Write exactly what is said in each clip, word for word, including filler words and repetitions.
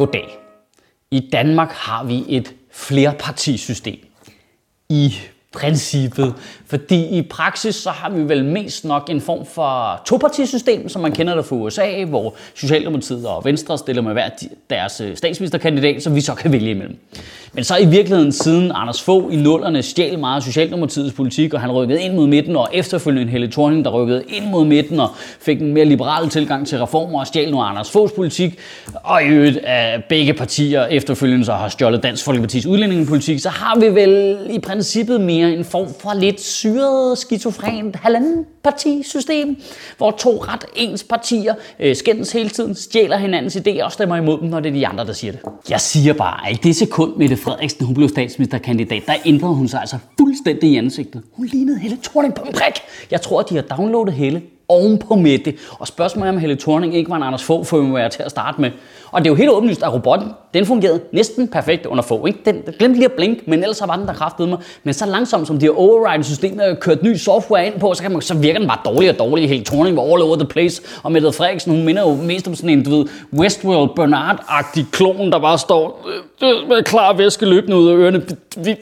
Goddag. I Danmark har vi et flerpartisystem. I princippet. Fordi i praksis så har vi vel mest nok en form for topartisystem, som man kender det fra U S A, hvor Socialdemokratiet og Venstre stiller med hver deres statsministerkandidat, som vi så kan vælge imellem. Men så i virkeligheden siden Anders Fogh i nullerne stjal meget af Socialdemokratiets politik, og han rykkede ind mod midten, og efterfølgende Helle Thorning, der rykkede ind mod midten og fik en mere liberal tilgang til reformer og stjal nu Anders Foghs politik, og i øvrigt af begge partier efterfølgende så har stjålet Dansk Folkepartis udlændingepolitik, så har vi vel i princippet mere en form for lidt syret, skizofrent halvanden partisystem, hvor to ret ens partier øh, skændes hele tiden, stjæler hinandens idéer og stemmer imod dem, når det er de andre, der siger det. Jeg siger bare, at i det sekund, Mette Frederiksen hun blev statsministerkandidat, der ændrede hun sig altså fuldstændig i ansigtet. Hun lignede Helle Thorning på en prik. Jeg tror, at de har downloadet Helle oven på Mette, og spørgsmålet er, om Helle Thorning ikke var en Anders Fogh firmware til at starte med. Og det er jo helt åbenlyst, at robotten, den fungerede næsten perfekt under Fogh, ikke? Den glemte lige at blinke, men ellers var den der kraftede mig. Men så langsomt som de her override-systemer har kørt ny software ind på, så, kan man, så virker den bare dårlig og dårlig. Helle Thorning var all over the place, og Mette Frederiksen, hun minder jo mest om sådan en, du ved, Westworld Bernard-agtig klon, der bare står med klar væske løbende ud af ørerne. Vi,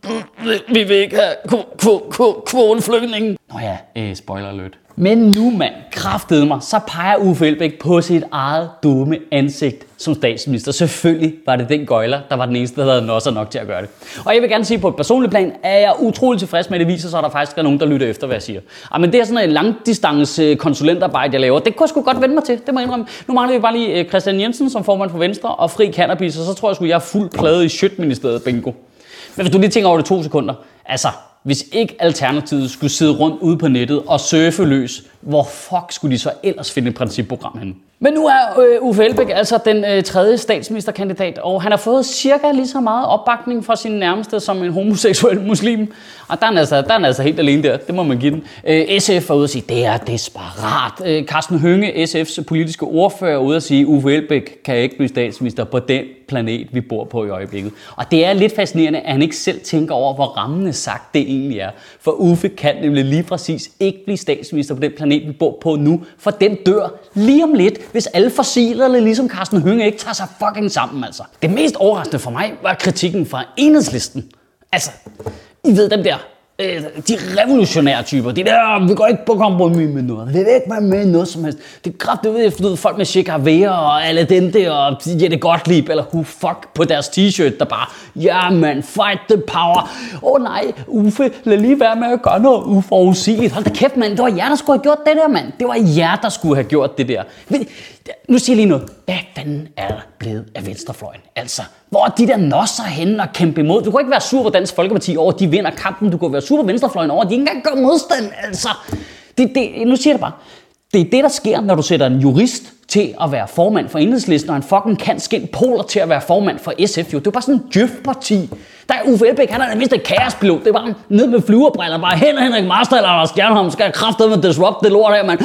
vi vil ikke have kvoteflygtningen. Nå ja, øh, spoiler alert. Men nu, mand, kraftede mig, så peger Uffe Elbæk på sit eget dumme ansigt som statsminister. Selvfølgelig var det den gøjler, der var den eneste, der havde nosser nok til at gøre det. Og jeg vil gerne sige, på et personligt plan, er jeg utrolig tilfreds med, at det viser sig, at der faktisk er nogen, der lytter efter, hvad jeg siger. Ja, men det er sådan et langdistance konsulentarbejde, jeg laver. Det kunne jeg sgu godt vende mig til, det må jeg indrømme. Nu mangler vi bare lige Christian Jensen som formand for Venstre og Fri Cannabis, og så tror jeg sgu, jeg er fuldt pladet i Sjøtministeriet, bingo. Men hvis du lige tænker over det to sekunder, altså... Hvis ikke Alternativet skulle sidde rundt ude på nettet og surfe løs, hvor fuck skulle de så ellers finde et principprogram henne? Men nu er øh, Uffe Elbæk altså den øh, tredje statsministerkandidat, og han har fået cirka lige så meget opbakning fra sine nærmeste som en homoseksuel muslim. Og der er han altså, der er han altså helt alene der, det må man give den. Øh, S F var ude at sige, det er desperat. Øh, Carsten Hønge, S F's politiske ordfører, er ude at sige, Uffe Elbæk kan ikke blive statsminister på den planet, vi bor på i øjeblikket. Og det er lidt fascinerende, at han ikke selv tænker over, hvor rammende sagt det egentlig er. For Uffe kan nemlig lige præcis ikke blive statsminister på den planet, vi bor på nu, for den dør lige om lidt, hvis alle fossilerne, ligesom Carsten Hønge, ikke tager sig fucking sammen, altså. Det mest overraskende for mig var kritikken fra Enhedslisten. Altså, I ved dem der, øh, de revolutionære typer, de der, vi går ikke på kompromis med noget, vi vil ikke være med i noget som helst. Det er kraftigt, du ved, folk med Che Guevara og alle den der, og Jette Gottlieb, eller who fuck på deres t-shirt, der bare, ja man, fight the power. Åh oh, nej, Uffe, lad lige være med at gøre noget uforudsigeligt. Hold da kæft, mand, det var jer, der skulle have gjort det der, mand. Det var jer, der skulle have gjort det der. Nu siger jeg lige noget. Hvad fanden er der blevet af venstrefløjen? Altså, hvor er de der nosser henne og kæmpe imod? Du kan ikke være sur på Dansk Folkeparti over, at de vinder kampen. Du kan være sur på venstrefløjen over, at de ikke engang gør modstand. Altså, det, det, nu siger jeg det bare. Det er det, der sker, når du sætter en jurist til at være formand for Enhedslisten, og en fucking kan skin Poler til at være formand for S F. Jo. Det er bare sådan en djøf-parti. Der er Uffe Elbæk, han er da vist et kaospilot. Det var ned med flyverbriller, bare hen Henrik Marster eller Anders Stjernholm, skal have kraftet med disrupt det lort her, mand.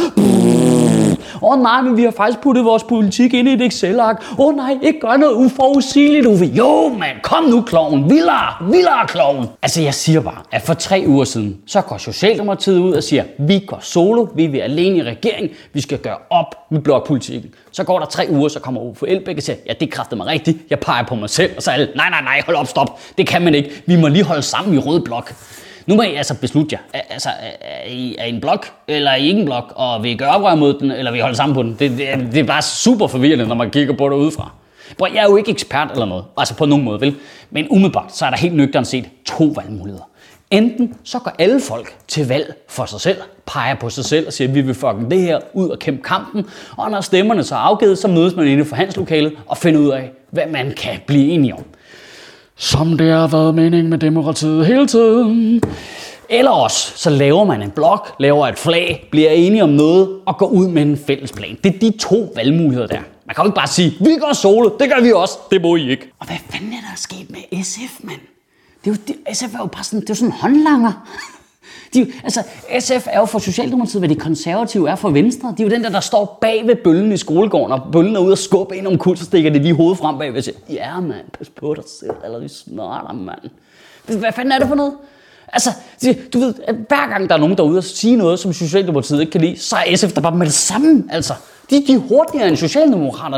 Åh oh, nej, men vi har faktisk puttet vores politik ind i et Excel-ark. Åh oh, nej, ikke gør noget uforudsigeligt, Uffe. Jo, mand, kom nu, klovn. Vildere, vildere, klovn. Altså, jeg siger bare, at for tre uger siden, så går Socialdemokratiet ud og siger, vi går solo, vi vil alene i regering, vi skal gøre op med blokpolitikken. Så går der tre uger, så kommer Uffe Elbæk og siger, ja, det kræftede mig rigtigt, jeg peger på mig selv. Og så er alle, nej, nej, nej, hold op, stop. Det kan man ikke. Vi må lige holde sammen i rød blok. Nu må I altså beslutte jer. Altså, er I, er I en blok, eller er I ikke en blok? Og vil I gøre oprør mod den, eller vil I holde sammen på den? Det, det, det er bare super forvirrende, når man kigger på det udefra. Bro, jeg er jo ikke ekspert eller noget. Altså på nogen måde, vel? Men umiddelbart, så er der helt nøgternt set to valgmuligheder. Enten så går alle folk til valg for sig selv, peger på sig selv og siger, at vi vil fucking det her ud og kæmpe kampen. Og når stemmerne så er afgivet, så mødes man inde i forhandlingslokalet og finder ud af, hvad man kan blive enige om. Som det har været meningen med demokratiet hele tiden. Eller også, så laver man en blok, laver et flag, bliver enige om noget og går ud med en fælles plan. Det er de to valgmuligheder der. Man kan jo ikke bare sige, vi går solo, det gør vi også, det må I ikke. Og hvad fanden er der sket med S F, mand? Det er jo, det, S F er jo bare sådan, det er jo sådan en håndlanger. De, altså, S F er jo for Socialdemokratiet, hvad de konservative er for Venstre. De er jo den der, der står bag ved bøllen i skolegården, og bøllen er ude og skubbe ind om kul, så stikker de lige hovedet frem bagved og siger, ja mand, pas på dig selv, eller vi smarter, mand. Hvad fanden er det for noget? Altså, du ved, at hver gang der er nogen derude og sige noget, som Socialdemokratiet ikke kan lide, så er S F der bare med det samme, altså. De, de er hurtigere end Socialdemokraterne.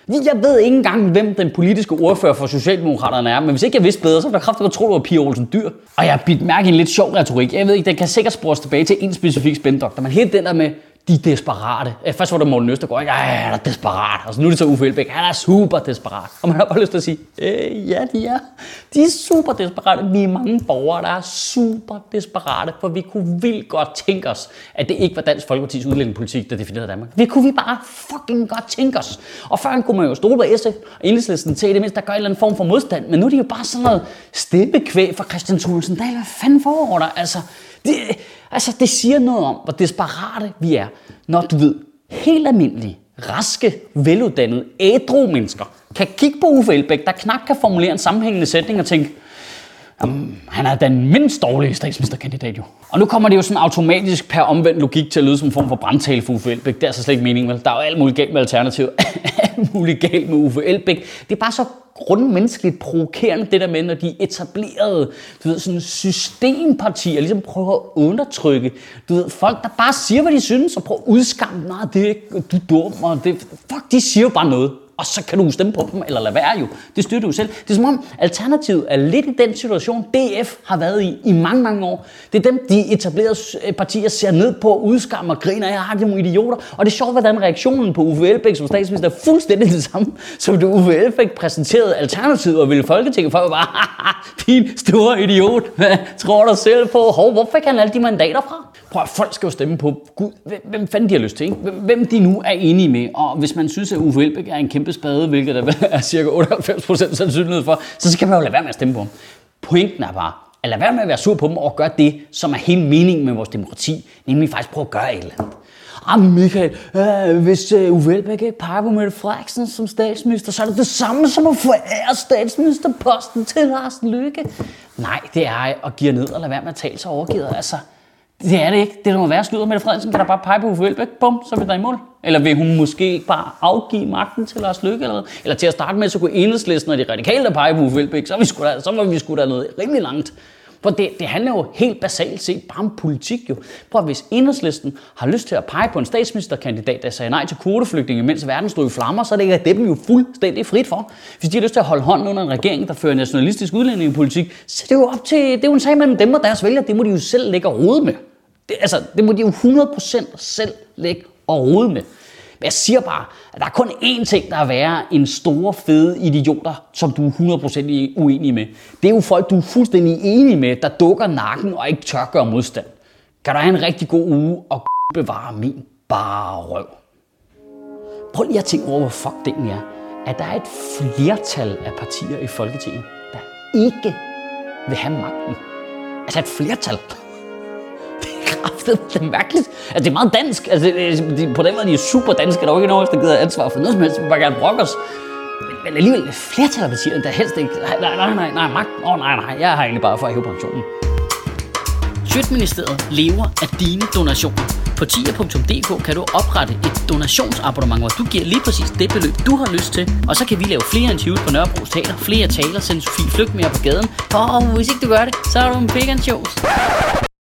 Jeg ved ikke engang, hvem den politiske ordfører for Socialdemokraterne er, men hvis ikke jeg vidste bedre, så var der kraftigt at tro, det var Pia Olsen Dyhr. Og jeg har bidt mærke i en lidt sjov retorik. Jeg ved ikke, den kan sikkert spores tilbage til en specifik spændoktor, men helt den der med de desperate. Først var det Morten Østergaard, ikke? Ej, han er desperat. Og så nu er det så Uffe Elbæk, han er super desperat. Og man har bare lyst til at sige, øh, ja, de er. De er super desperate. Vi er mange borgere, der er super desperate, for vi kunne vildt godt tænke os, at det ikke var Dansk Folkepartis udlændingepolitik, der definerede Danmark. Det kunne vi bare fucking godt tænke os. Og før kunne man jo stole på S F og Enhedslisten til det mindste, der gør en eller anden form for modstand. Men nu er det jo bare sådan noget stemmekvæg fra Kristian Thulesen Dahl. Hvad fanden foregår der? Altså, det, altså, det siger noget om, hvor desperate vi er, når du ved, helt almindelige, raske, veluddannede, ædru mennesker kan kigge på Uffe Elbæk, der knap kan formulere en sammenhængende sætning og tænke, jamen, han er den mindst dårlige statsministerkandidat jo. Og nu kommer det jo sådan automatisk per omvendt logik til at lyde som en form for brandtale for Uffe Elbæk. Det er altså slet ikke meningen, vel? Der er jo alt muligt galt med Alternativet. alt muligt galt med Uffe Elbæk. Det er bare så grundmenneskeligt provokerende, det der med, når de etablerede, du ved, sådan systempartier, ligesom prøver at undertrykke, du ved, folk, der bare siger, hvad de synes, og prøver at udskamme, nej, det er du er dum, og det, fuck, de siger jo bare noget. Og så kan du stemme på dem, eller lade være jo. Det styrer du jo selv. Det er som om Alternativet er lidt i den situation, D F har været i i mange, mange år. Det er dem, de etablerede partier ser ned på, udskamme og griner, jeg har de idioter. Og det er sjovt, hvordan reaktionen på Uffe Elbæk som statsminister er fuldstændig det samme, som det Uffe Elbæk præsenterede Alternativet og ville Folketinget for. Bare, haha, din store idiot. Hvad tror du selv på? Hov, hvor fik han alle de mandater fra? Prøv at folk skal jo stemme på Gud, hvem fanden de har lyst til, ikke? Hvem de nu er enige med. Og hvis man synes, at Uffe Elbæk er en kæmpe spade, hvilket der er cirka otteoghalvfems procent sandsynlighed for, så skal man jo lade være med at stemme på ham. Pointen er bare, at lade være med at være sur på dem og gøre det, som er hele meningen med vores demokrati, nemlig faktisk prøve at gøre et eller andet. Ah, Michael, øh, hvis øh, Uffe Elbæk ikke peger på Mette Frederiksen som statsminister, så er det det samme som at forære statsministerposten til Lars Løkke. Nej, det er at give ned og lade være med at tale sig overgivet. Altså, det er det ikke. Det der må være slutter. Mette Frederiksen kan der bare pege på Uffe Elbæk. Bum, så er vi der i mål. Eller vil hun måske ikke bare afgive magten til Lars Løkke? Eller hvad? Eller til at starte med, så kunne Enhedslisten og de radikale der pege på Uffe Elbæk, så, er vi sgu da, så var vi sgu da noget rimelig langt. For det, det handler jo helt basalt set bare om politik jo. Prøv at hvis Enhedslisten har lyst til at pege på en statsministerkandidat, der sagde nej til kvoteflygtninge, mens verden stod i flammer, så er det ikke dem jo fuldstændig frit for. Hvis de har lyst til at holde hånden under en regering, der fører nationalistisk udlændingepolitik, så det er jo op til, det er jo en sag mellem dem og deres vælgere. Det må de jo selv lægge og rode med. Det, altså, det må de jo hundrede procent selv lægge og rode med. Men jeg siger bare, at der er kun én ting, der er værre end store, fede idioter, som du er hundrede procent uenig med. Det er jo folk, du er fuldstændig enige med, der dukker nakken og ikke tør gøre modstand. Kan du have en rigtig god uge og bevare min bare røv. Prøv lige at tænke over, hvor fuck det er, at der er et flertal af partier i Folketinget, der ikke vil have magten. Altså et flertal. Det er mærkeligt. Altså, det er meget dansk. Altså, de, på den måde, de er super danske. Der er jo ikke nogen, der gider ansvar for noget som helst. Vi bare gerne brokke os. Men, men alligevel, flertal af partierne, der helst ikke... Nej, nej, nej, nej, magt. Åh, oh, nej, nej. Jeg har egentlig bare for at hæve pensionen. Sjøtministeriet lever af dine donationer. På tia punktum d k kan du oprette et donationsabonnement, hvor du giver lige præcis det beløb, du har lyst til. Og så kan vi lave flere interviews på Nørrebros Teater, flere taler, sende Sofie Flygt mere på gaden. Og hvis ikke du gør det, så er du en big and shows.